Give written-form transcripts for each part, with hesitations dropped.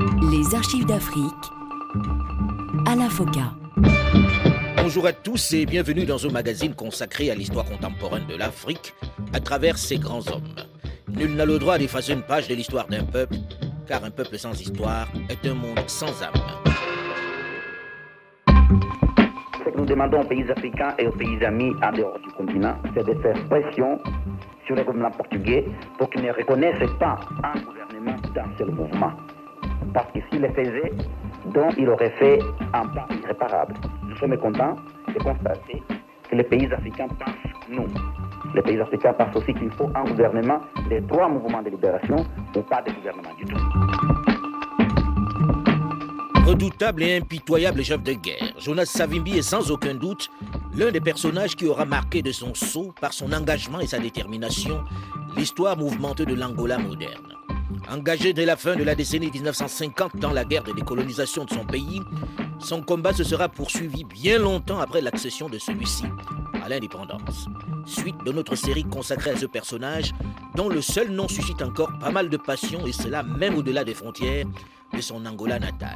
Les archives d'Afrique, Alain Foka. Bonjour à tous et bienvenue dans un magazine consacré à l'histoire contemporaine de l'Afrique à travers ses grands hommes. Nul n'a le droit d'effacer une page de l'histoire d'un peuple, car un peuple sans histoire est un monde sans âme. Ce que nous demandons aux pays africains et aux pays amis en dehors du continent, c'est de faire pression sur le gouvernement portugais pour qu'ils ne reconnaissent pas un gouvernement d'un seul mouvement. Parce que s'il le faisait, donc il aurait fait un pas irréparable. Nous sommes contents de constater que les pays africains pensent nous. Les pays africains pensent aussi qu'il faut un gouvernement des trois mouvements de libération ou pas de gouvernement du tout. Redoutable et impitoyable chef de guerre, Jonas Savimbi est sans aucun doute l'un des personnages qui aura marqué de son sceau, par son engagement et sa détermination, l'histoire mouvementée de l'Angola moderne. Engagé dès la fin de la décennie 1950 dans la guerre de décolonisation de son pays, son combat se sera poursuivi bien longtemps après l'accession de celui-ci à l'indépendance. Suite de notre série consacrée à ce personnage, dont le seul nom suscite encore pas mal de passion, et cela même au-delà des frontières de son Angola natale.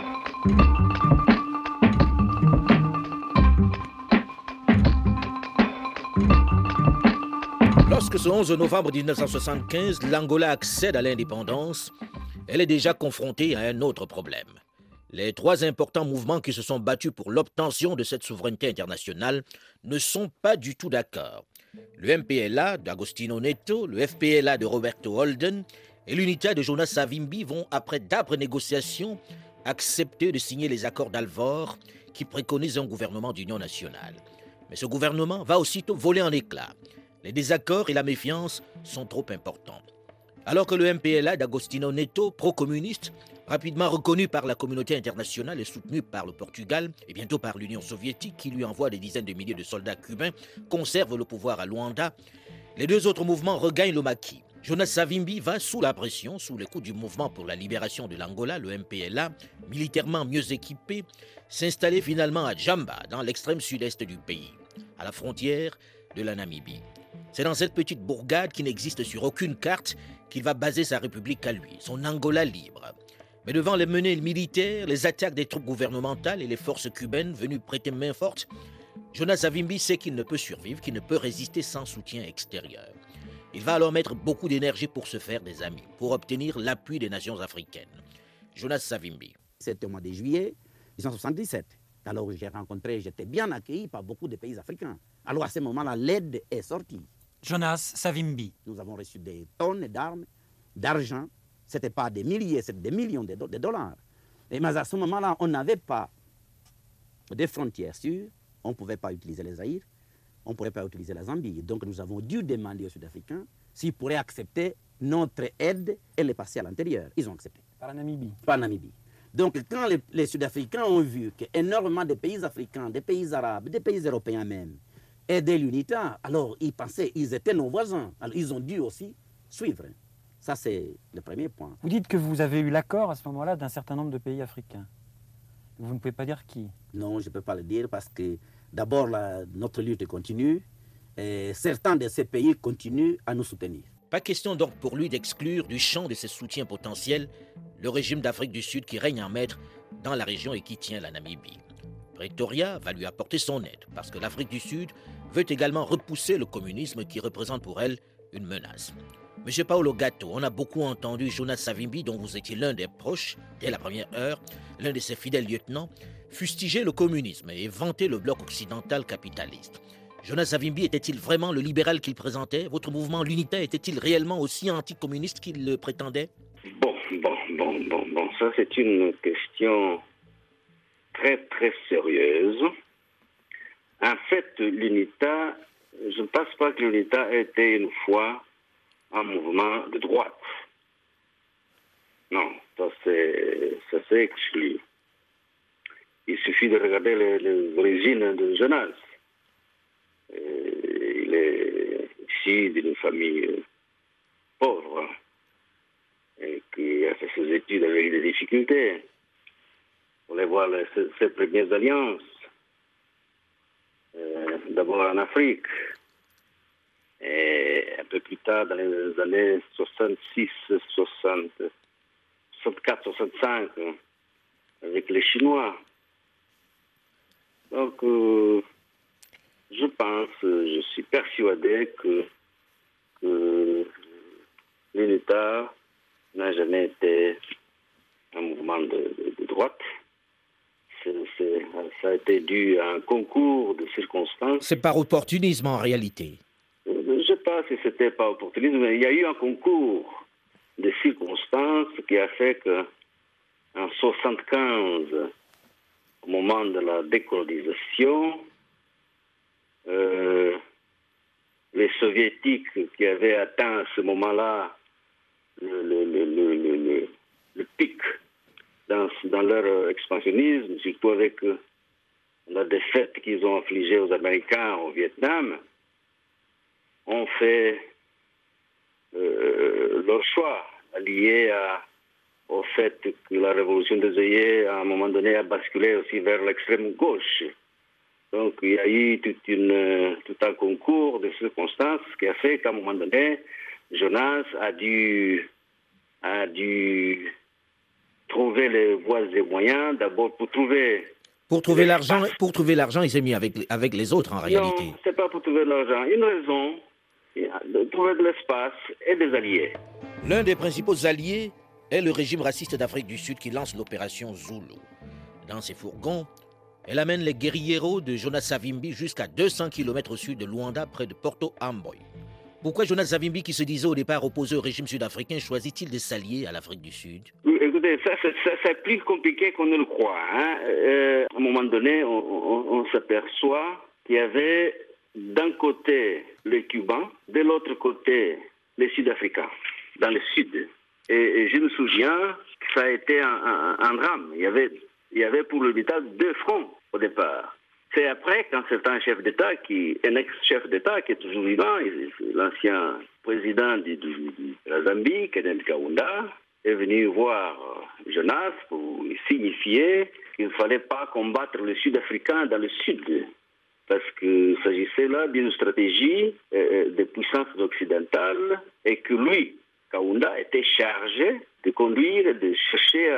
Lorsque ce 11 novembre 1975, l'Angola accède à l'indépendance, elle est déjà confrontée à un autre problème. Les trois importants mouvements qui se sont battus pour l'obtention de cette souveraineté internationale ne sont pas du tout d'accord. Le MPLA d'Agostinho Neto, le FPLA de Roberto Holden et l'UNITA de Jonas Savimbi vont, après d'âpres négociations, accepter de signer les accords d'Alvor qui préconisent un gouvernement d'union nationale. Mais ce gouvernement va aussitôt voler en éclats. Les désaccords et la méfiance sont trop importants. Alors que le MPLA d'Agostinho Neto, pro-communiste, rapidement reconnu par la communauté internationale et soutenu par le Portugal et bientôt par l'Union soviétique qui lui envoie des dizaines de milliers de soldats cubains, conserve le pouvoir à Luanda, les deux autres mouvements regagnent le maquis. Jonas Savimbi va, sous la pression, sous les coups du mouvement pour la libération de l'Angola, le MPLA, militairement mieux équipé, s'installer finalement à Djamba, dans l'extrême sud-est du pays, à la frontière de la Namibie. C'est dans cette petite bourgade qui n'existe sur aucune carte qu'il va baser sa république à lui, son Angola libre. Mais devant les menées militaires, les attaques des troupes gouvernementales et les forces cubaines venues prêter main forte, Jonas Savimbi sait qu'il ne peut survivre, qu'il ne peut résister sans soutien extérieur. Il va alors mettre beaucoup d'énergie pour se faire des amis, pour obtenir l'appui des nations africaines. Jonas Savimbi. C'était au mois de juillet 1977. Alors j'étais bien accueilli par beaucoup de pays africains. Alors à ce moment-là, l'aide est sortie. Jonas Savimbi. Nous avons reçu des tonnes d'armes, d'argent. Ce n'était pas des milliers, c'était des millions de dollars. Mais à ce moment-là, on n'avait pas de frontières sûres. On ne pouvait pas utiliser les Zaïre. On ne pourrait pas utiliser la Zambie. Donc nous avons dû demander aux Sud-Africains s'ils pourraient accepter notre aide et les passer à l'intérieur. Ils ont accepté. Par la Namibie. Par la Namibie. Donc quand les Sud-Africains ont vu qu'énormément de pays africains, des pays arabes, des pays européens même, aidaient l'UNITA, alors ils pensaient, ils étaient nos voisins. Alors ils ont dû aussi suivre. Ça, c'est le premier point. Vous dites que vous avez eu l'accord à ce moment-là d'un certain nombre de pays africains. Vous ne pouvez pas dire qui? Non, je ne peux pas le dire parce que d'abord, notre lutte continue et certains de ces pays continuent à nous soutenir. Pas question donc pour lui d'exclure du champ de ses soutiens potentiels le régime d'Afrique du Sud qui règne en maître dans la région et qui tient la Namibie. Pretoria va lui apporter son aide parce que l'Afrique du Sud veut également repousser le communisme qui représente pour elle une menace. Monsieur Paolo Gatto, on a beaucoup entendu Jonas Savimbi, dont vous étiez l'un des proches dès la première heure, l'un de ses fidèles lieutenants, fustiger le communisme et vanter le bloc occidental capitaliste. Jonas Savimbi était-il vraiment le libéral qu'il présentait? Votre mouvement, l'UNITA, était-il réellement aussi anticommuniste qu'il le prétendait? Bon, ça c'est une question très très sérieuse. En fait, l'UNITA, je ne pense pas que l'UNITA ait été une fois un mouvement de droite. Non, ça c'est exclu. Il suffit de regarder les origines de Jonas. Il est issu d'une famille pauvre et qui a fait ses études avec des difficultés. On les voir ses premières alliances. D'abord en Afrique. Et un peu plus tard, dans les années 66, 64-65 avec les Chinois. Donc, je pense, je suis persuadé que l'UNITA n'a jamais été un mouvement de droite. Ça a été dû à un concours de circonstances. C'est par opportunisme en réalité. Je ne sais pas si c'était par opportunisme, mais il y a eu un concours de circonstances qui a fait qu'en 1975, au moment de la décolonisation, les soviétiques qui avaient atteint à ce moment-là le pic dans leur expansionnisme, surtout avec la défaite qu'ils ont infligée aux Américains au Vietnam, ont fait leur choix lié au fait que la révolution des œillets, à un moment donné, a basculé aussi vers l'extrême gauche. Donc il y a eu tout un concours de circonstances qui a fait qu'à un moment donné, Jonas a dû trouver les voies et moyens, d'abord pour trouver l'argent, il s'est mis avec les autres en réalité. Non, c'est pas pour trouver l'argent. Une raison, de trouver de l'espace et des alliés. L'un des principaux alliés est le régime raciste d'Afrique du Sud qui lance l'opération Zulu. Dans ses fourgons, elle amène les guérilleros de Jonas Savimbi jusqu'à 200 km au sud de Luanda, près de Porto Amboy. Pourquoi Jonas Savimbi, qui se disait au départ opposé au régime sud-africain, choisit-il de s'allier à l'Afrique du Sud? Écoutez, ça c'est plus compliqué qu'on ne le croit. À un moment donné, on s'aperçoit qu'il y avait d'un côté les Cubains, de l'autre côté les Sud-Africains, dans le Sud. Et je me souviens que ça a été un drame. Il y avait pour l'État 2 fronts au départ. C'est après qu'un certain chef d'État, un ex-chef d'État qui est toujours vivant, l'ancien président de la Zambie, Kenneth Kaunda, est venu voir Jonas pour signifier qu'il ne fallait pas combattre les Sud-Africains dans le Sud, parce qu'il s'agissait là d'une stratégie des puissances occidentales et que lui, Kaunda, était chargé de conduire et de chercher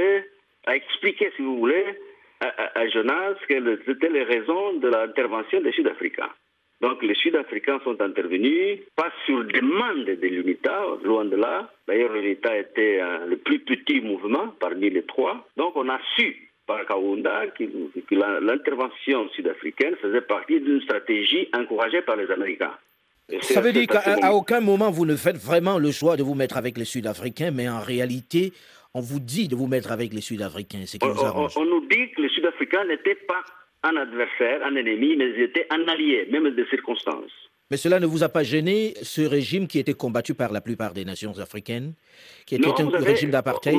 à expliquer, si vous voulez, à Jonas quelles étaient les raisons de l'intervention des Sud-Africains. Donc les Sud-Africains sont intervenus, pas sur demande de l'UNITA, loin de là. D'ailleurs, l'UNITA était le plus petit mouvement parmi les 3. Donc on a su par Kaunda que l'intervention sud-africaine faisait partie d'une stratégie encouragée par les Américains. Ça veut dire qu'à aucun moment vous ne faites vraiment le choix de vous mettre avec les Sud-Africains, mais en réalité, on vous dit de vous mettre avec les Sud-Africains. C'est qui vous arrange. On nous dit que les Sud-Africains n'étaient pas un adversaire, un ennemi, mais ils étaient un allié, même des circonstances. Mais cela ne vous a pas gêné, ce régime qui était combattu par la plupart des nations africaines, qui était un régime d'apartheid?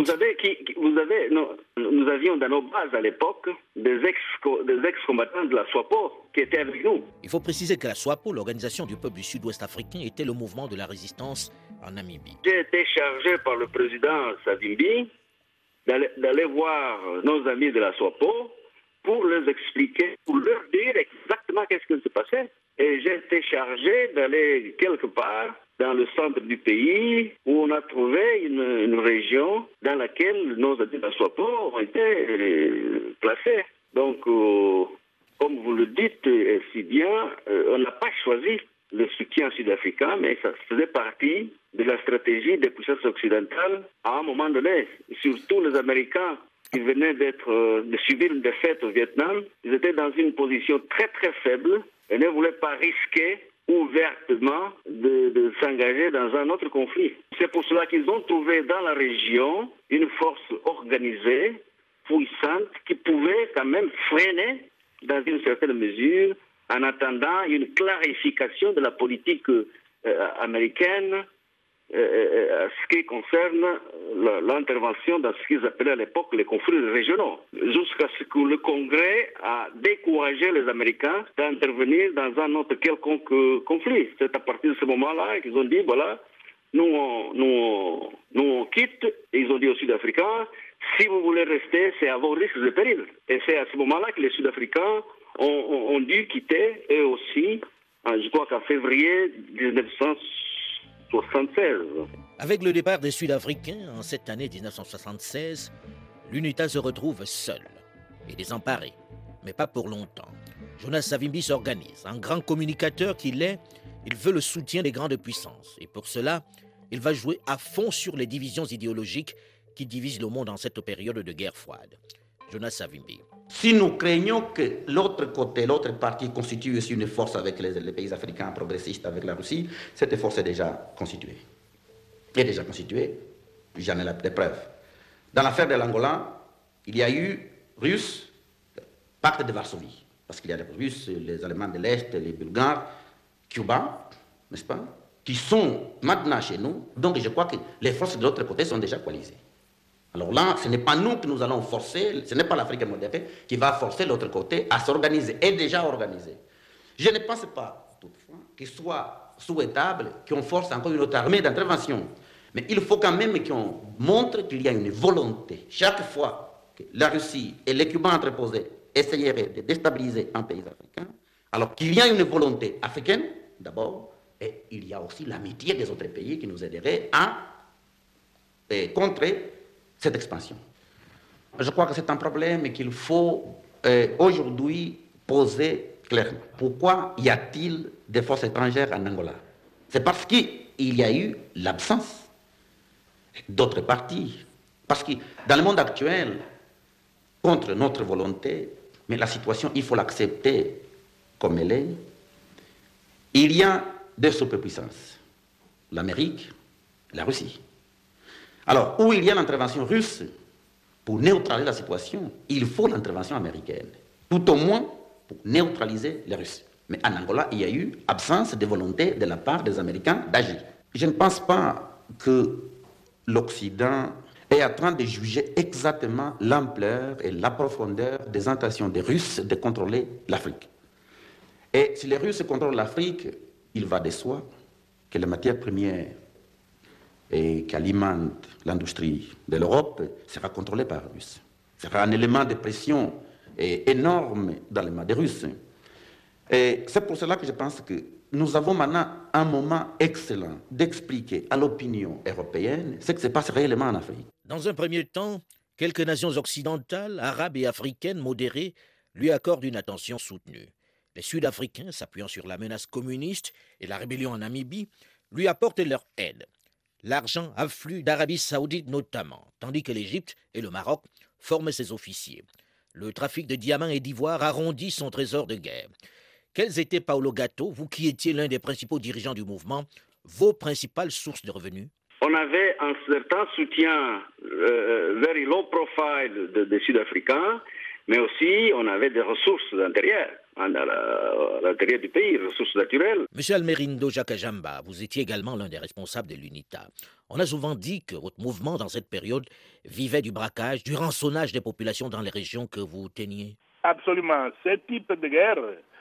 Nous avions dans nos bases à l'époque des ex-combattants de la SWAPO qui étaient avec nous. Il faut préciser que la SWAPO, l'organisation du peuple du sud-ouest africain, était le mouvement de la résistance en Namibie. J'ai été chargé par le président Savimbi d'aller voir nos amis de la SWAPO pour leur expliquer, pour leur dire exactement qu'est-ce qui se passait. Et j'ai été chargé d'aller quelque part dans le centre du pays où on a trouvé une région dans laquelle nos amis de la SWAPO ont été placés. Donc, comme vous le dites si bien, on n'a pas choisi le soutien sud-africain, mais ça faisait partie de la stratégie des puissances occidentales à un moment donné. Surtout les Américains qui venaient de subir une défaite au Vietnam, ils étaient dans une position très très faible et ne voulaient pas risquer ouvertement de s'engager dans un autre conflit. C'est pour cela qu'ils ont trouvé dans la région une force organisée, puissante, qui pouvait quand même freiner dans une certaine mesure en attendant une clarification de la politique américaine à ce qui concerne l'intervention dans ce qu'ils appelaient à l'époque les conflits régionaux, jusqu'à ce que le Congrès a découragé les Américains d'intervenir dans un autre quelconque conflit. C'est à partir de ce moment-là qu'ils ont dit, voilà, nous on quitte, et ils ont dit aux Sud-Africains, si vous voulez rester, c'est à vos risques et périls. Et c'est à ce moment-là que les Sud-Africains ont dû quitter, eux aussi, je crois qu'en février 1976. Avec le départ des Sud-Africains en cette année 1976, l'UNITA se retrouve seule et désemparée, mais pas pour longtemps. Jonas Savimbi s'organise. En grand communicateur qu'il est, il veut le soutien des grandes puissances. Et pour cela, il va jouer à fond sur les divisions idéologiques qui divisent le monde en cette période de guerre froide. Jonas Savimbi. Si nous craignons que l'autre côté, l'autre partie constitue aussi une force avec les pays africains progressistes, avec la Russie, cette force est déjà constituée. J'en ai la preuve. Dans l'affaire de l'Angola, il y a eu Russes, pacte de Varsovie, parce qu'il y a les Russes, les Allemands de l'Est, les Bulgares, Cuba, n'est-ce pas, qui sont maintenant chez nous. Donc je crois que les forces de l'autre côté sont déjà coalisées. Alors là, ce n'est pas nous que nous allons forcer, ce n'est pas l'Afrique moderne qui va forcer l'autre côté à s'organiser, est déjà organisé. Je ne pense pas, toutefois, qu'il soit souhaitable qu'on force encore une autre armée d'intervention. Mais il faut quand même qu'on montre qu'il y a une volonté. Chaque fois que la Russie et les Cubains interposés essayeraient de déstabiliser un pays africain, alors qu'il y a une volonté africaine, d'abord, et il y a aussi l'amitié des autres pays qui nous aideraient à contrer cette expansion. Je crois que c'est un problème qu'il faut aujourd'hui poser clairement. Pourquoi y a-t-il des forces étrangères en Angola? C'est parce qu'il y a eu l'absence d'autres partis. Parce que dans le monde actuel, contre notre volonté, mais la situation, il faut l'accepter comme elle est, il y a deux superpuissances, l'Amérique, la Russie. Alors, où il y a l'intervention russe, pour neutraliser la situation, il faut l'intervention américaine, tout au moins pour neutraliser les Russes. Mais en Angola, il y a eu absence de volonté de la part des Américains d'agir. Je ne pense pas que l'Occident est en train de juger exactement l'ampleur et la profondeur des intentions des Russes de contrôler l'Afrique. Et si les Russes contrôlent l'Afrique, il va de soi que les matières premières qui alimentent l'industrie de l'Europe sera contrôlée par les Russes. Ce sera un élément de pression énorme dans les mains des Russes. Et c'est pour cela que je pense que nous avons maintenant un moment excellent d'expliquer à l'opinion européenne ce qui se passe réellement en Afrique. Dans un premier temps, quelques nations occidentales, arabes et africaines modérées lui accordent une attention soutenue. Les Sud-Africains, s'appuyant sur la menace communiste et la rébellion en Namibie, lui apportent leur aide. L'argent afflue d'Arabie Saoudite notamment, tandis que l'Égypte et le Maroc forment ses officiers. Le trafic de diamants et d'ivoire arrondit son trésor de guerre. Quels étaient, Paolo Gatto, vous qui étiez l'un des principaux dirigeants du mouvement, vos principales sources de revenus? On avait un certain soutien very low profile des Sud-Africains, mais aussi on avait des ressources intérieures, à l'intérieur du pays, ressources naturelles. Monsieur Almerindo Jakajamba, vous étiez également l'un des responsables de l'UNITA. On a souvent dit que votre mouvement, dans cette période, vivait du braquage, du rançonnage des populations dans les régions que vous teniez. Absolument. Ce type de guerre,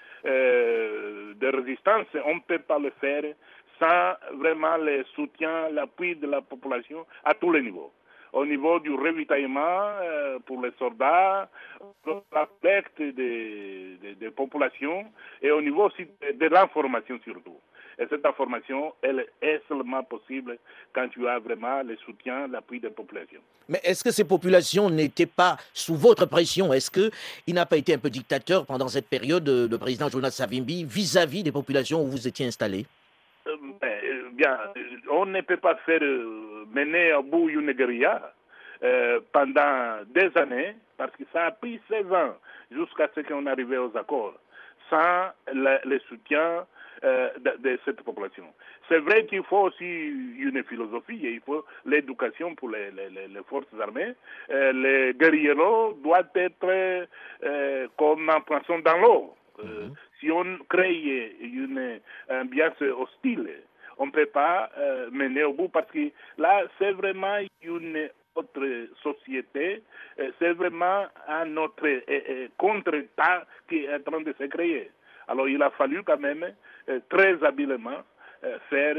de résistance, on ne peut pas le faire sans vraiment le soutien, l'appui de la population à tous les niveaux. Au niveau du ravitaillement pour les soldats, la collecte des populations et au niveau aussi de l'information surtout. Et cette information, elle est seulement possible quand tu as vraiment le soutien, l'appui des populations. Mais est-ce que ces populations n'étaient pas sous votre pression? Est-ce qu'il n'a pas été un peu dictateur pendant cette période, le président Jonas Savimbi, vis-à-vis des populations où vous étiez installés? Bien, on ne peut pas faire mener à bout une guérilla pendant des années, parce que ça a pris 16 ans jusqu'à ce qu'on arrive aux accords, sans le soutien de cette population. C'est vrai qu'il faut aussi une philosophie, et il faut l'éducation pour les forces armées. Les guerrieros doivent être comme un poisson dans l'eau. Si on crée une ambiance hostile, on ne peut pas mener au bout, parce que là, c'est vraiment une autre société, c'est vraiment un autre contre-État qui est en train de se créer. Alors il a fallu quand même très habilement faire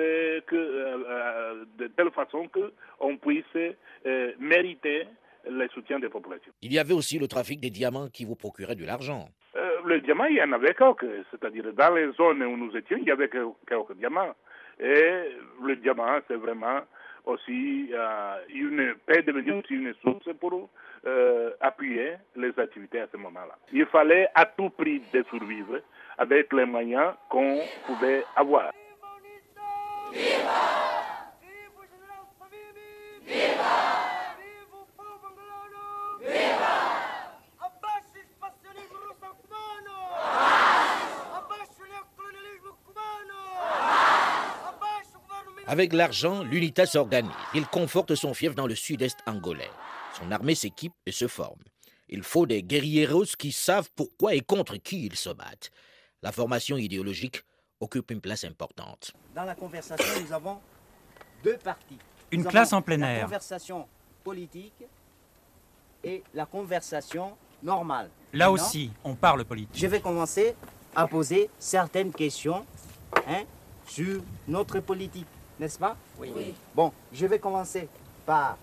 de telle façon qu'on puisse mériter le soutien des populations. Il y avait aussi le trafic des diamants qui vous procurait de l'argent. Le diamant, il y en avait quelques, c'est-à-dire dans les zones où nous étions, il y avait quelques diamants. Et le diamant, c'est vraiment aussi peut devenir aussi une source pour appuyer les activités à ce moment-là. Il fallait à tout prix de survivre avec les moyens qu'on pouvait avoir. Avec l'argent, l'UNITA s'organise. Il conforte son fief dans le sud-est angolais. Son armée s'équipe et se forme. Il faut des guerrilleros qui savent pourquoi et contre qui ils se battent. La formation idéologique occupe une place importante. Dans la conversation, nous avons deux parties. Une classe en plein air. La conversation politique et la conversation normale. Là aussi, on parle politique. Je vais commencer à poser certaines questions sur notre politique, n'est-ce pas? Oui. Bon, je vais commencer par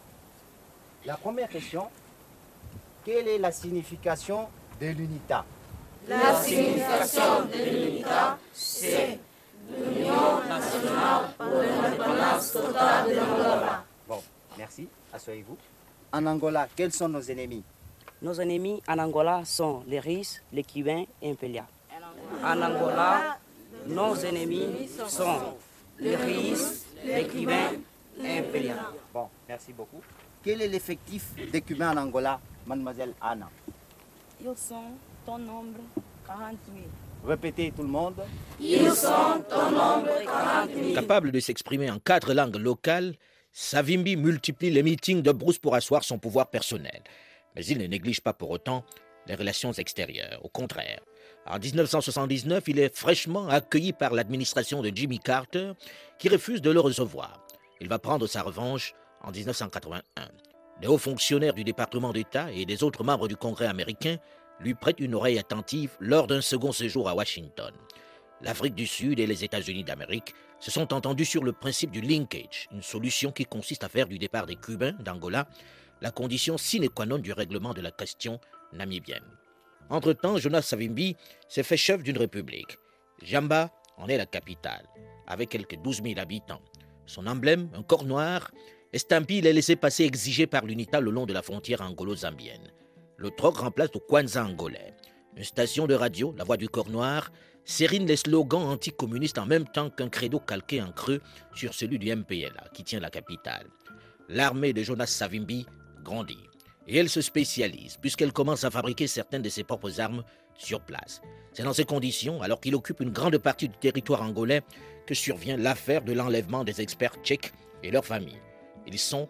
la première question. Quelle est la signification de l'UNITA? La signification de l'UNITA, c'est l'Union nationale pour l'indépendance totale de l'Angola. Bon, merci. Asseyez-vous. En Angola, quels sont nos ennemis? Nos ennemis en Angola sont les Russes, les Cubains et Impélia. En Angola, nos ennemis sont les Russes, les Cubains et Impélia. Bon, merci beaucoup. Quel est l'effectif des Cubains en Angola, mademoiselle Anna? Ils sont en nombre 40 000. Répétez tout le monde. Ils sont en nombre 40 000. Capable de s'exprimer en 4 langues locales, Savimbi multiplie les meetings de brousse pour asseoir son pouvoir personnel. Mais il ne néglige pas pour autant les relations extérieures. Au contraire, en 1979, il est fraîchement accueilli par l'administration de Jimmy Carter, qui refuse de le recevoir. Il va prendre sa revanche en 1981. Des hauts fonctionnaires du département d'État et des autres membres du Congrès américain lui prêtent une oreille attentive lors d'un second séjour à Washington. L'Afrique du Sud et les États-Unis d'Amérique se sont entendus sur le principe du linkage, une solution qui consiste à faire du départ des Cubains d'Angola la condition sine qua non du règlement de la question namibienne. Entre-temps, Jonas Savimbi s'est fait chef d'une république. Jamba en est la capitale, avec quelques 12 000 habitants. Son emblème, un corps noir, estampille les laissez-passer exigés par l'UNITA le long de la frontière angolo-zambienne. Le troc remplace le Kwanza angolais. Une station de radio, la voix du corps noir, sérine les slogans anticommunistes en même temps qu'un credo calqué en creux sur celui du MPLA, qui tient la capitale. L'armée de Jonas Savimbi grandit. Et elle se spécialise, puisqu'elle commence à fabriquer certaines de ses propres armes sur place. C'est dans ces conditions, alors qu'il occupe une grande partie du territoire angolais, que survient l'affaire de l'enlèvement des experts tchèques et leurs familles. Ils sont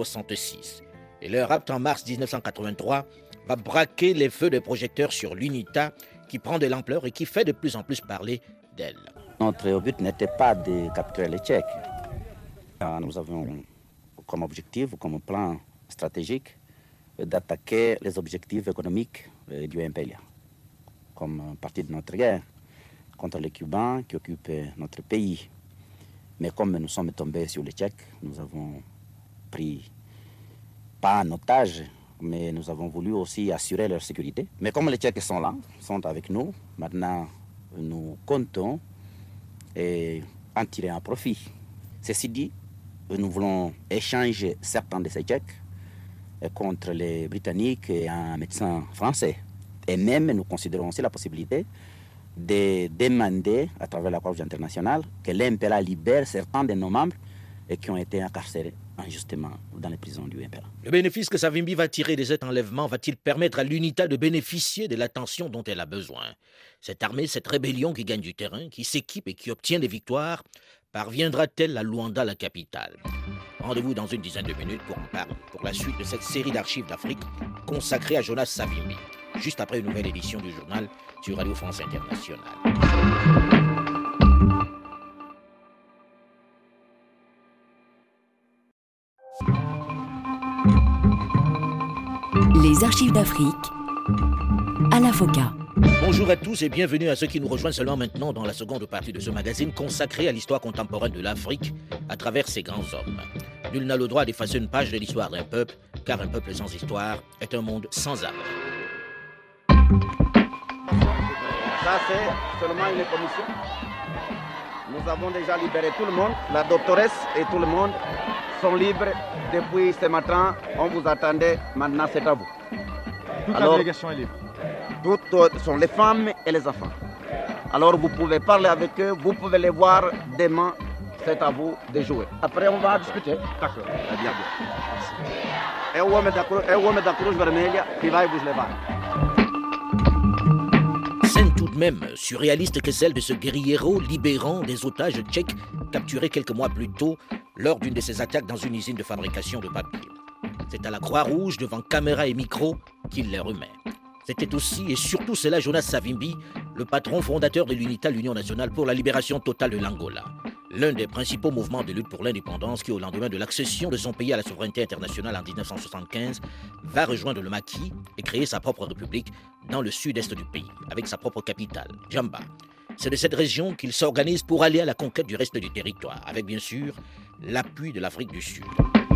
66. Et leur acte en mars 1983 va braquer les feux des projecteurs sur l'UNITA, qui prend de l'ampleur et qui fait de plus en plus parler d'elle. Notre but n'était pas de capturer les Tchèques. Nous avons comme objectif, comme plan stratégique, d'attaquer les objectifs économiques du MPLA, comme partie de notre guerre contre les Cubains qui occupent notre pays. Mais comme nous sommes tombés sur les Tchèques, nous avons pris, pas en otage, mais nous avons voulu aussi assurer leur sécurité. Mais comme les Tchèques sont là, sont avec nous, maintenant nous comptons et en tirer un profit. Ceci dit, nous voulons échanger certains de ces Tchèques contre les Britanniques et un médecin français. Et même, nous considérons aussi la possibilité de demander, à travers la Cour internationale, que l'MPLA libère certains de nos membres et qui ont été incarcérés injustement dans les prisons du MPLA. Le bénéfice que Savimbi va tirer de cet enlèvement va-t-il permettre à l'UNITA de bénéficier de l'attention dont elle a besoin? Cette armée, cette rébellion qui gagne du terrain, qui s'équipe et qui obtient des victoires, parviendra-t-elle à Luanda, la capitale? Rendez-vous dans une dizaine de minutes pour la suite de cette série d'archives d'Afrique consacrée à Jonas Savimbi, juste après une nouvelle édition du journal sur Radio France Internationale. Les archives d'Afrique, Alain Foka. Bonjour à tous et bienvenue à ceux qui nous rejoignent seulement maintenant dans la seconde partie de ce magazine consacré à l'histoire contemporaine de l'Afrique à travers ses grands hommes. Nul n'a le droit d'effacer une page de l'histoire d'un peuple, car un peuple sans histoire est un monde sans âme. Ça, c'est seulement une commission. Nous avons déjà libéré tout le monde. La doctoresse et tout le monde sont libres depuis ce matin. On vous attendait, maintenant c'est à vous. Toute la délégation est libre. Toutes sont les femmes et les enfants. Alors vous pouvez parler avec eux, vous pouvez les voir demain. C'est à vous de jouer. Après, on va discuter. D'accord. Bien. Merci. É o homem da Cruz Vermelha qui va vous levar. Scène tout de même surréaliste que celle de ce guerriero libérant des otages tchèques capturés quelques mois plus tôt lors d'une de ses attaques dans une usine de fabrication de papier. C'est à la Croix-Rouge, devant caméra et micro, qu'il les remet. C'était aussi et surtout cela Jonas Savimbi, le patron fondateur de l'UNITA, l'Union nationale pour la libération totale de l'Angola. L'un des principaux mouvements de lutte pour l'indépendance qui, au lendemain de l'accession de son pays à la souveraineté internationale en 1975, va rejoindre le maquis et créer sa propre république dans le sud-est du pays, avec sa propre capitale, Djamba. C'est de cette région qu'il s'organise pour aller à la conquête du reste du territoire, avec bien sûr l'appui de l'Afrique du Sud.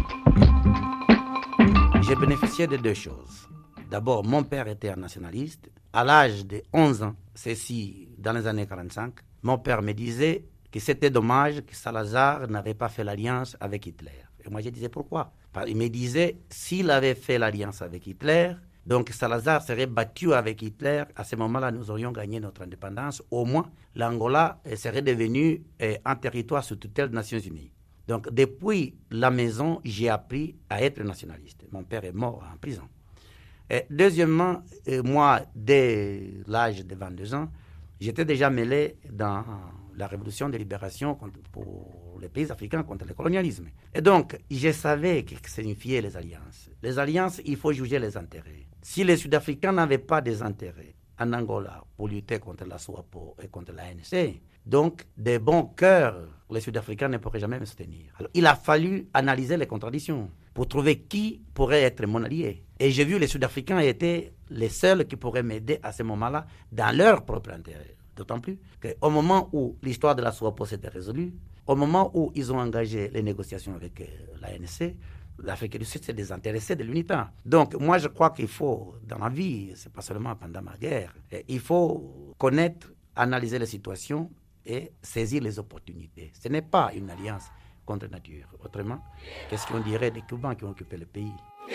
J'ai bénéficié de deux choses. D'abord, mon père était un nationaliste. À l'âge de 11 ans, ceci dans les années 45, mon père me disait que c'était dommage que Salazar n'avait pas fait l'alliance avec Hitler. Et moi, je disais pourquoi. Il me disait, s'il avait fait l'alliance avec Hitler, donc Salazar serait battu avec Hitler. À ce moment-là, nous aurions gagné notre indépendance. Au moins, l'Angola serait devenue un territoire sous tutelle des Nations Unies. Donc, depuis la maison, j'ai appris à être nationaliste. Mon père est mort en prison. Et deuxièmement, moi, dès l'âge de 22 ans, j'étais déjà mêlé dans la révolution de libération pour les pays africains contre le colonialisme. Et donc, je savais ce que signifiaient les alliances. Les alliances, il faut juger les intérêts. Si les Sud-Africains n'avaient pas des intérêts en Angola pour lutter contre la SWAPO et contre l'ANC, donc des bons cœurs, les Sud-Africains ne pourraient jamais me soutenir. Alors, il a fallu analyser les contradictions pour trouver qui pourrait être mon allié. Et j'ai vu les Sud-Africains étaient les seuls qui pourraient m'aider à ce moment-là dans leur propre intérêt. D'autant plus qu'au moment où l'histoire de la SWAPO s'était résolue, au moment où ils ont engagé les négociations avec l'ANC, l'Afrique du Sud s'est désintéressée de l'UNITA. Donc moi je crois qu'il faut, dans la vie, c'est pas seulement pendant ma guerre, il faut connaître, analyser les situations et saisir les opportunités. Ce n'est pas une alliance contre nature. Autrement, qu'est-ce qu'on dirait des Cubains qui ont occupé le pays?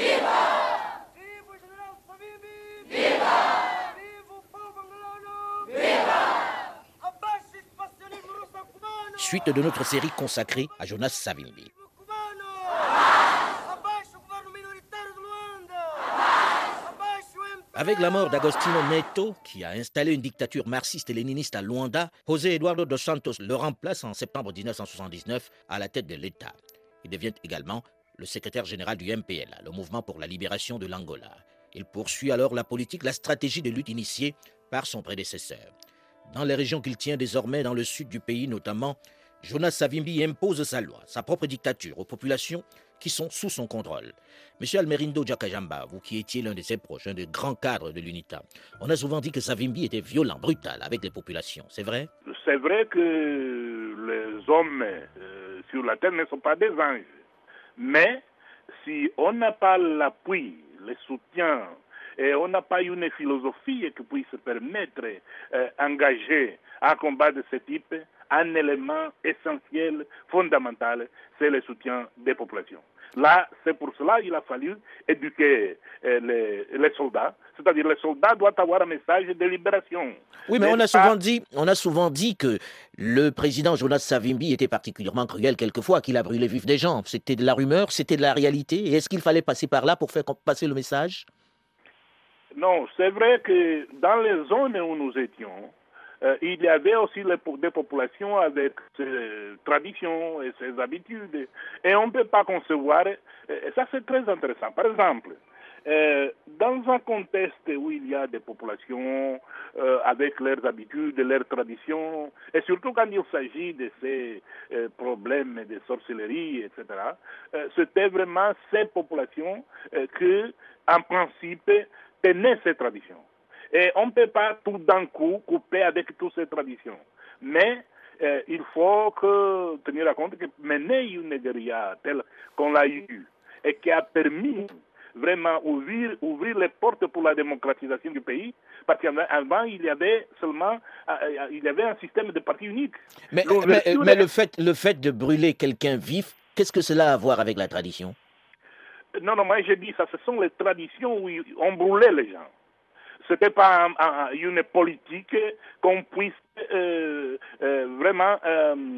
Suite de notre série consacrée à Jonas Savimbi. Avec la mort d'Agostinho Neto, qui a installé une dictature marxiste et léniniste à Luanda, José Eduardo dos Santos le remplace en septembre 1979 à la tête de l'État. Il devient également le secrétaire général du MPLA, le mouvement pour la libération de l'Angola. Il poursuit alors la stratégie de lutte initiée par son prédécesseur. Dans les régions qu'il tient désormais dans le sud du pays notamment, Jonas Savimbi impose sa loi, sa propre dictature aux populations qui sont sous son contrôle. Monsieur Almerindo Jakajamba, vous qui étiez l'un de ses proches, un des grands cadres de l'UNITA, on a souvent dit que Savimbi était violent, brutal avec les populations, c'est vrai? C'est vrai que les hommes sur la terre ne sont pas des anges. Mais si on n'a pas l'appui, le soutien, et on n'a pas une philosophie qui puisse se permettre d'engager à combat de ce type, un élément essentiel, fondamental, c'est le soutien des populations. Là, c'est pour cela qu'il a fallu éduquer les soldats. C'est-à-dire les soldats doivent avoir un message de libération. Oui, mais on a souvent dit que le président Jonas Savimbi était particulièrement cruel quelquefois, qu'il a brûlé vif des gens. C'était de la rumeur, c'était de la réalité. Et est-ce qu'il fallait passer par là pour faire passer le message? Non, c'est vrai que dans les zones où nous étions, il y avait aussi des populations avec ses traditions et ses habitudes. Et on ne peut pas concevoir, et ça c'est très intéressant. Par exemple, dans un contexte où il y a des populations avec leurs habitudes, leurs traditions, et surtout quand il s'agit de ces problèmes de sorcellerie, etc., c'était vraiment ces populations qui, en principe, tenaient ces traditions. Et on ne peut pas tout d'un coup couper avec toutes ces traditions. Mais il faut tenir compte que mener une guérilla telle qu'on l'a eue et qui a permis vraiment ouvrir les portes pour la démocratisation du pays, parce qu'avant, il y avait un système de parti unique. Mais le fait de brûler quelqu'un vif, qu'est-ce que cela a à voir avec la tradition? Non, moi j'ai dit ça, ce sont les traditions où on brûlait les gens. Ce n'était pas une politique qu'on puisse vraiment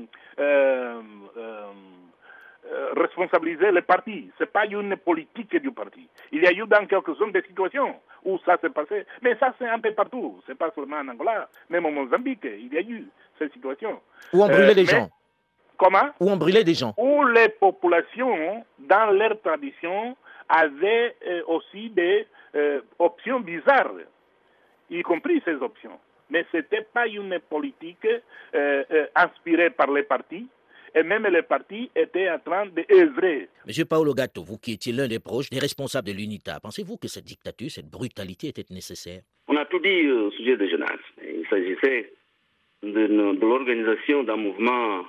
responsabiliser les partis. Ce n'est pas une politique du parti. Il y a eu dans quelques-unes des situations où ça s'est passé, mais ça c'est un peu partout. Ce n'est pas seulement en Angola, même au Mozambique, il y a eu cette situation. Où on brûlait des gens. Comment? Où on brûlait des gens. Où les populations, dans leur tradition, avaient aussi des options bizarres, y compris ces options. Mais ce n'était pas une politique inspirée par les partis, et même les partis étaient en train d'œuvrer. Monsieur Paolo Gatto, vous qui étiez l'un des proches des responsables de l'UNITA, pensez-vous que cette dictature, cette brutalité était nécessaire? On a tout dit au sujet de jeunesse. Il s'agissait de l'organisation d'un mouvement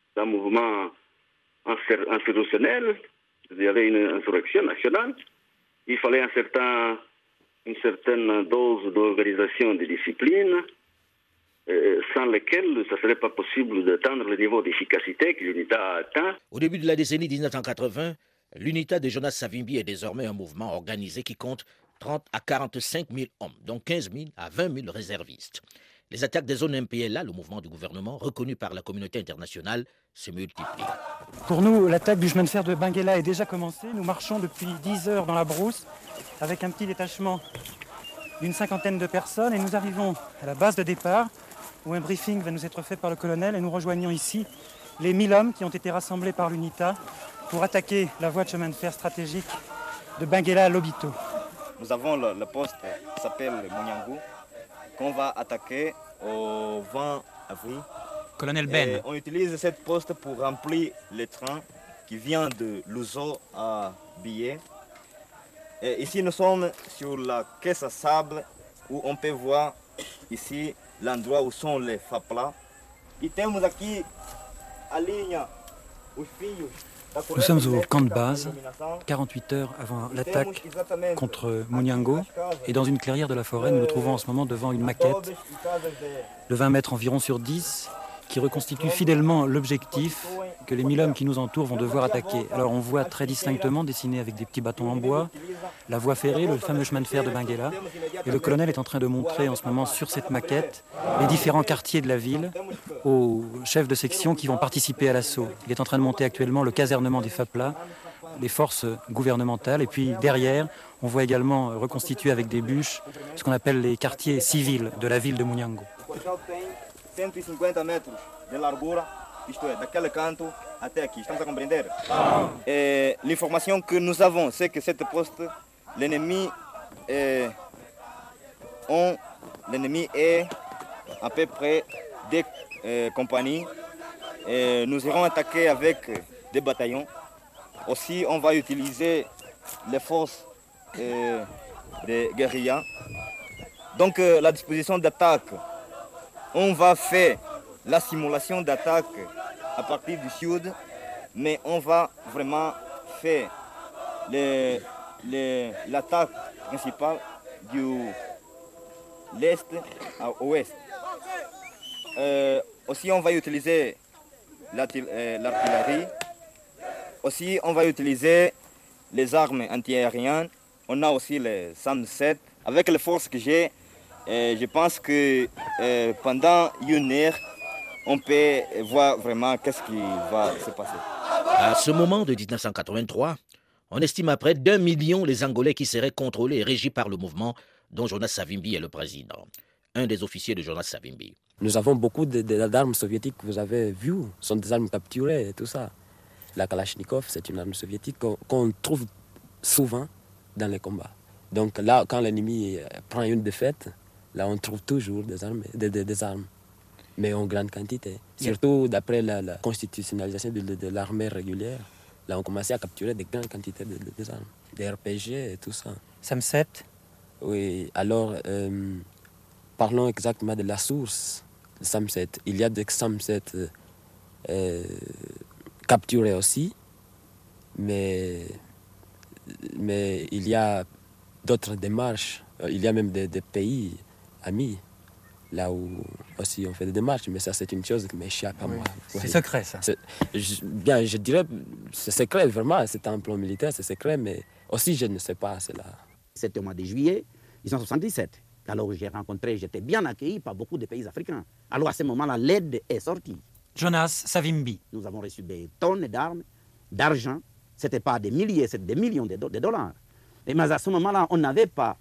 insurrectionnel. Il y avait une insurrection nationale. Il fallait une certaine dose d'organisation, de discipline, sans lesquelles ce ne serait pas possible d'atteindre le niveau d'efficacité que l'UNITA a atteint. Au début de la décennie 1980, l'UNITA de Jonas Savimbi est désormais un mouvement organisé qui compte 30 à 45 000 hommes, dont 15 000 à 20 000 réservistes. Les attaques des zones MPLA, le mouvement du gouvernement, reconnu par la communauté internationale, se multiplient. Pour nous, l'attaque du chemin de fer de Benguela est déjà commencée. Nous marchons depuis 10 heures dans la brousse avec un petit détachement d'une 50aine de personnes et nous arrivons à la base de départ où un briefing va nous être fait par le colonel et nous rejoignons ici les 1000 hommes qui ont été rassemblés par l'UNITA pour attaquer la voie de chemin de fer stratégique de Benguela à Lobito. Nous avons le poste qui s'appelle Munyangu qu'on va attaquer au 20 avril. Colonel Ben. Et on utilise cette poste pour remplir les trains qui viennent de Luso à Billet. Et ici, nous sommes sur la caisse à sable où on peut voir ici l'endroit où sont les FAPLA. E temos aqui a linha, os fios. Nous sommes au camp de base, 48 heures avant l'attaque contre Munyango. Et dans une clairière de la forêt, nous nous trouvons en ce moment devant une maquette de 20 mètres environ sur 10 qui reconstitue fidèlement l'objectif que les 1000 hommes qui nous entourent vont devoir attaquer. Alors on voit très distinctement, dessiné avec des petits bâtons en bois, la voie ferrée, le fameux chemin de fer de Benguela. Et le colonel est en train de montrer en ce moment sur cette maquette les différents quartiers de la ville aux chefs de section qui vont participer à l'assaut. Il est en train de monter actuellement le casernement des FAPLA, les forces gouvernementales. Et puis derrière, on voit également reconstituer avec des bûches ce qu'on appelle les quartiers civils de la ville de Munyango. 150 metros de largura, isto é, daquele canto até aqui. Estamos a compreender? L'information que nous avons, c'est que cette poste, l'ennemi est à peu près des compagnies. Nous irons attaquer avec des bataillons. Aussi, on va utiliser les forces des guérillas. Donc, la disposition d'attaque, on va faire la simulation d'attaque à partir du sud, mais on va vraiment faire l'attaque principale de l'est à l'ouest. Aussi, on va utiliser l'artillerie. Aussi, on va utiliser les armes antiaériennes. On a aussi les SAM-7. Avec les forces que j'ai, je pense que pendant une heure, on peut voir vraiment qu'est-ce qui va se passer. À ce moment de 1983, on estime à près d'1 million les Angolais qui seraient contrôlés et régis par le mouvement dont Jonas Savimbi est le président. Un des officiers de Jonas Savimbi. Nous avons beaucoup d'armes soviétiques que vous avez vues, ce sont des armes capturées et tout ça. La Kalachnikov, c'est une arme soviétique qu'on trouve souvent dans les combats. Donc là, quand l'ennemi prend une défaite, là on trouve toujours des armes, mais en grande quantité. Surtout d'après la constitutionnalisation de l'armée régulière, là on commençait à capturer des grandes quantités d'armes, des RPG et tout ça. SAM-7? Oui, alors parlons exactement de la source de SAM-7. Il y a des SAM-7 capturés aussi, mais mais il y a d'autres démarches. Il y a même des pays amis, là où aussi on fait des démarches, mais ça c'est une chose qui m'échappe à moi. C'est secret ça. Je dirais, c'est secret vraiment, c'est un plan militaire, c'est secret, mais aussi je ne sais pas cela. C'était au mois de juillet 1977. Alors j'étais bien accueilli par beaucoup de pays africains. Alors à ce moment-là, l'aide est sortie. Jonas Savimbi. Nous avons reçu des tonnes d'armes, d'argent. Ce n'était pas des milliers, c'était des millions de dollars. Mais à ce moment-là, on n'avait pas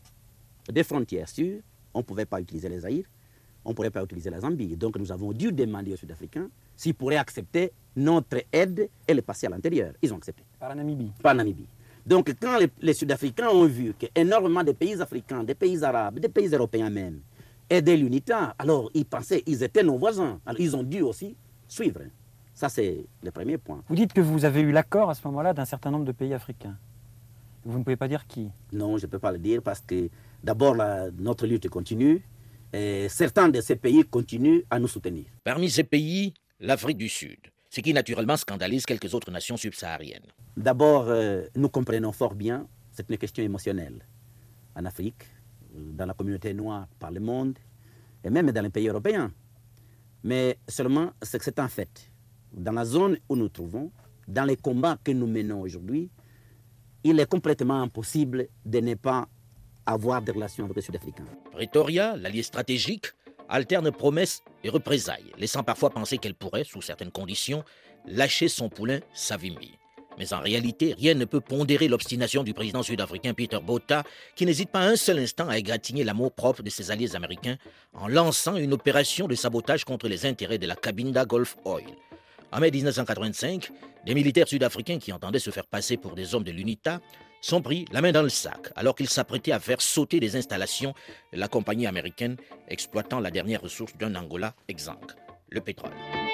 de frontières sûres. On ne pouvait pas utiliser les Zaïre, on ne pourrait pas utiliser la Zambie. Donc nous avons dû demander aux Sud-Africains s'ils pourraient accepter notre aide et le passer à l'intérieur. Ils ont accepté. Par la Namibie. Par la Namibie. Donc quand les Sud-Africains ont vu qu'énormément de pays africains, des pays arabes, des pays européens même, aidaient l'UNITA, alors ils pensaient, ils étaient nos voisins. Alors ils ont dû aussi suivre. Ça c'est le premier point. Vous dites que vous avez eu l'accord à ce moment-là d'un certain nombre de pays africains. Vous ne pouvez pas dire qui? Non, je ne peux pas le dire parce que d'abord notre lutte continue et certains de ces pays continuent à nous soutenir. Parmi ces pays, l'Afrique du Sud, ce qui naturellement scandalise quelques autres nations subsahariennes. D'abord, nous comprenons fort bien, c'est une question émotionnelle. En Afrique, dans la communauté noire par le monde, et même dans les pays européens. Mais seulement, c'est que c'est un fait. Dans la zone où nous nous trouvons, dans les combats que nous menons aujourd'hui, il est complètement impossible de ne pas avoir des relations avec les Sud-Africains. Pretoria, l'allié stratégique, alterne promesses et représailles, laissant parfois penser qu'elle pourrait, sous certaines conditions, lâcher son poulain Savimbi. Mais en réalité, rien ne peut pondérer l'obstination du président sud-africain Peter Botha, qui n'hésite pas un seul instant à égratigner l'amour propre de ses alliés américains en lançant une opération de sabotage contre les intérêts de la Cabinda Gulf Oil. En mai 1985, des militaires sud-africains qui entendaient se faire passer pour des hommes de l'UNITA sont pris la main dans le sac alors qu'ils s'apprêtaient à faire sauter des installations de la compagnie américaine exploitant la dernière ressource d'un Angola exsangue, le pétrole.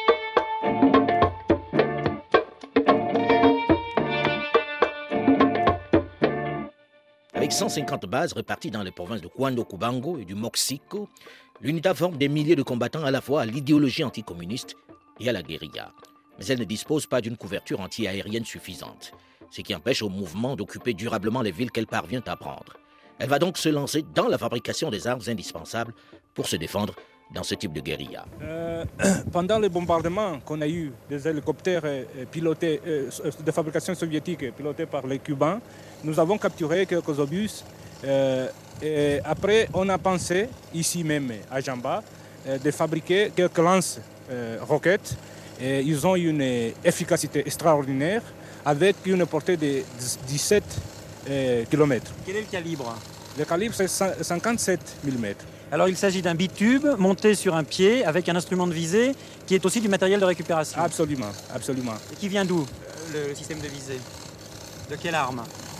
Avec 150 bases réparties dans les provinces de Cuando-Cubango et du Moxico, l'UNITA forme des milliers de combattants à la fois à l'idéologie anticommuniste et à la guérilla. Mais elle ne dispose pas d'une couverture anti-aérienne suffisante, ce qui empêche au mouvement d'occuper durablement les villes qu'elle parvient à prendre. Elle va donc se lancer dans la fabrication des armes indispensables pour se défendre dans ce type de guérilla. Pendant les bombardements qu'on a eu des hélicoptères pilotés, de fabrication soviétique pilotés par les Cubains, nous avons capturé quelques obus. Et après, on a pensé, ici même à Jamba, de fabriquer quelques lance-roquettes. Ils ont une efficacité extraordinaire avec une portée de 17 km. Quel est le calibre? Le calibre, c'est 57 mm. Alors il s'agit d'un bitube monté sur un pied avec un instrument de visée qui est aussi du matériel de récupération. Absolument, absolument. Et qui vient d'où, le système de visée? De quelle arme?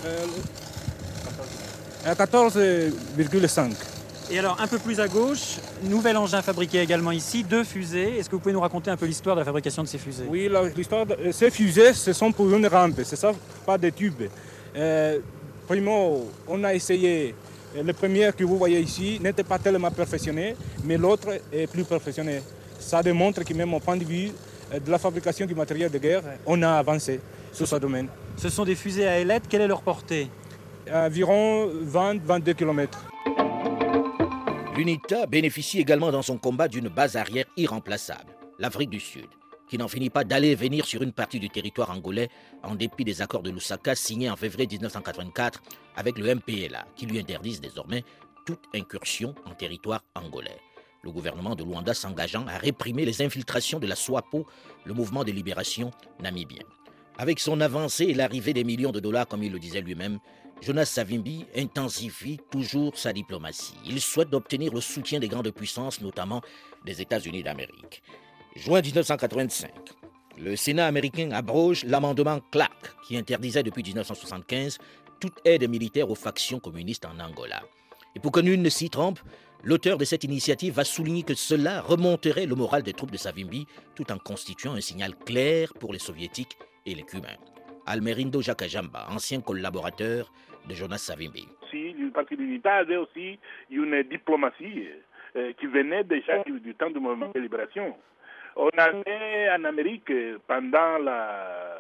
14,5. Et alors un peu plus à gauche, nouvel engin fabriqué également ici, 2 fusées. Est-ce que vous pouvez nous raconter un peu l'histoire de la fabrication de ces fusées? Oui, l'histoire de ces fusées, ce sont pour une rampe, c'est ça, pas des tubes. Primo, on a essayé. Le premier que vous voyez ici n'était pas tellement perfectionné, mais l'autre est plus perfectionné. Ça démontre que même au point de vue de la fabrication du matériel de guerre, on a avancé sur ce domaine. Ce sont des fusées à ailettes, quelle est leur portée? Environ 20-22 km. L'UNITA bénéficie également dans son combat d'une base arrière irremplaçable, l'Afrique du Sud, qui n'en finit pas d'aller et venir sur une partie du territoire angolais en dépit des accords de Lusaka signés en février 1984 avec le MPLA, qui lui interdisent désormais toute incursion en territoire angolais. Le gouvernement de Luanda s'engageant à réprimer les infiltrations de la SWAPO, le mouvement de libération namibien. Avec son avancée et l'arrivée des millions de dollars, comme il le disait lui-même, Jonas Savimbi intensifie toujours sa diplomatie. Il souhaite obtenir le soutien des grandes puissances, notamment des États-Unis d'Amérique. Juin 1985, le Sénat américain abroge l'amendement Clark qui interdisait depuis 1975 toute aide militaire aux factions communistes en Angola. Et pour que nul ne s'y trompe, l'auteur de cette initiative va souligner que cela remonterait le moral des troupes de Savimbi tout en constituant un signal clair pour les soviétiques et les Cubains. Almerindo Jacajamba, ancien collaborateur de Jonas Savimbi. Parce que l'UNITA avait aussi une diplomatie qui venait déjà du temps du mouvement de libération. On avait en Amérique, pendant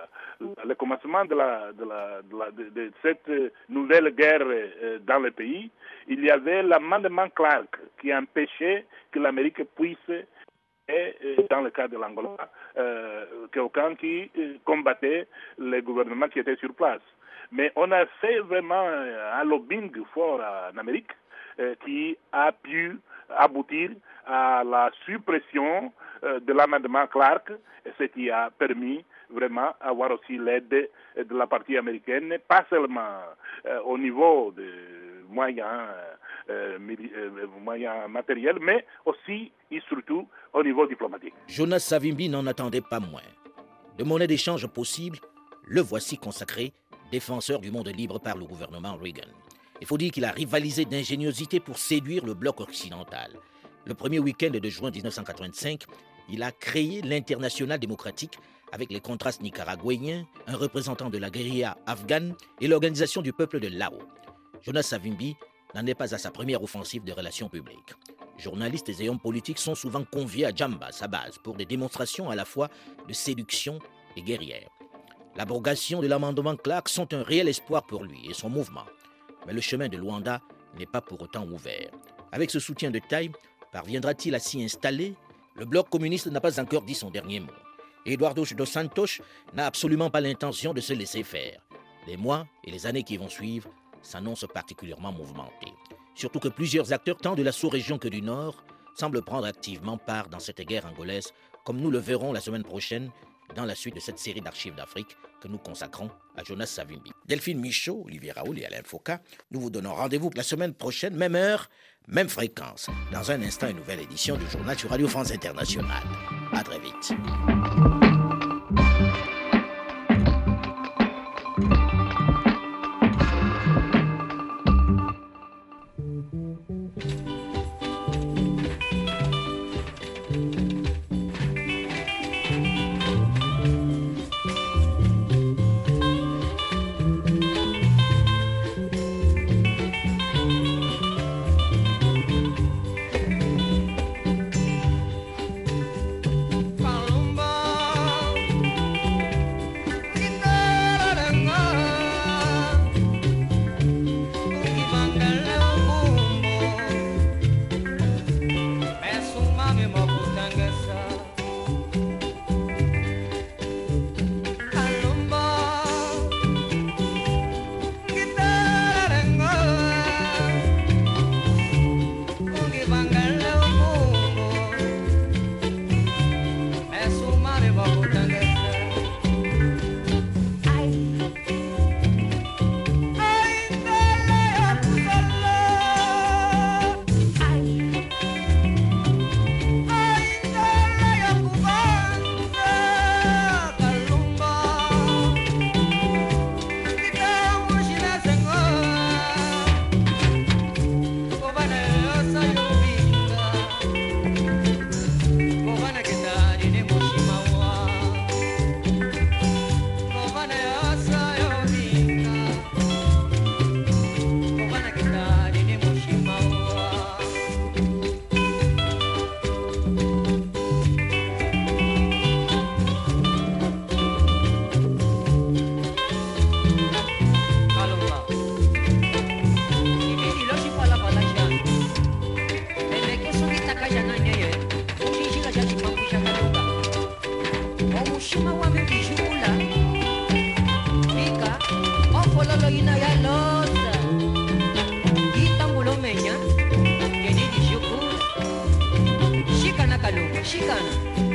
le commencement de cette nouvelle guerre dans le pays, il y avait l'amendement Clark qui empêchait que l'Amérique puisse, dans le cas de l'Angola, quelqu'un qui combattait les gouvernements qui étaient sur place. Mais on a fait vraiment un lobbying fort en Amérique qui a pu aboutir à la suppression de l'amendement Clark, ce qui a permis vraiment avoir aussi l'aide de la partie américaine, pas seulement au niveau des moyens matériels, mais aussi et surtout au niveau diplomatique. Jonas Savimbi n'en attendait pas moins. De monnaie d'échange possible, le voici consacré défenseur du monde libre par le gouvernement Reagan. Il faut dire qu'il a rivalisé d'ingéniosité pour séduire le bloc occidental. Le premier week-end de juin 1985, il a créé l'Internationale démocratique avec les contrastes nicaraguayens, un représentant de la guérilla afghane et l'Organisation du peuple de Lao. Jonas Savimbi n'en est pas à sa première offensive de relations publiques. Journalistes et hommes politiques sont souvent conviés à Djamba, sa base, pour des démonstrations à la fois de séduction et guerrière. L'abrogation de l'amendement Clark sont un réel espoir pour lui et son mouvement. Mais le chemin de Luanda n'est pas pour autant ouvert. Avec ce soutien de taille, parviendra-t-il à s'y installer? Le bloc communiste n'a pas encore dit son dernier mot. Eduardo dos Santos n'a absolument pas l'intention de se laisser faire. Les mois et les années qui vont suivre s'annoncent particulièrement mouvementés. Surtout que plusieurs acteurs, tant de la sous-région que du Nord, semblent prendre activement part dans cette guerre angolaise, comme nous le verrons la semaine prochaine dans la suite de cette série d'archives d'Afrique que nous consacrons à Jonas Savimbi. Delphine Michaud, Olivier Raoul et Alain Foucault, nous vous donnons rendez-vous la semaine prochaine, même heure, même fréquence. Dans un instant, une nouvelle édition du journal sur Radio France Internationale. À très vite. Chicana.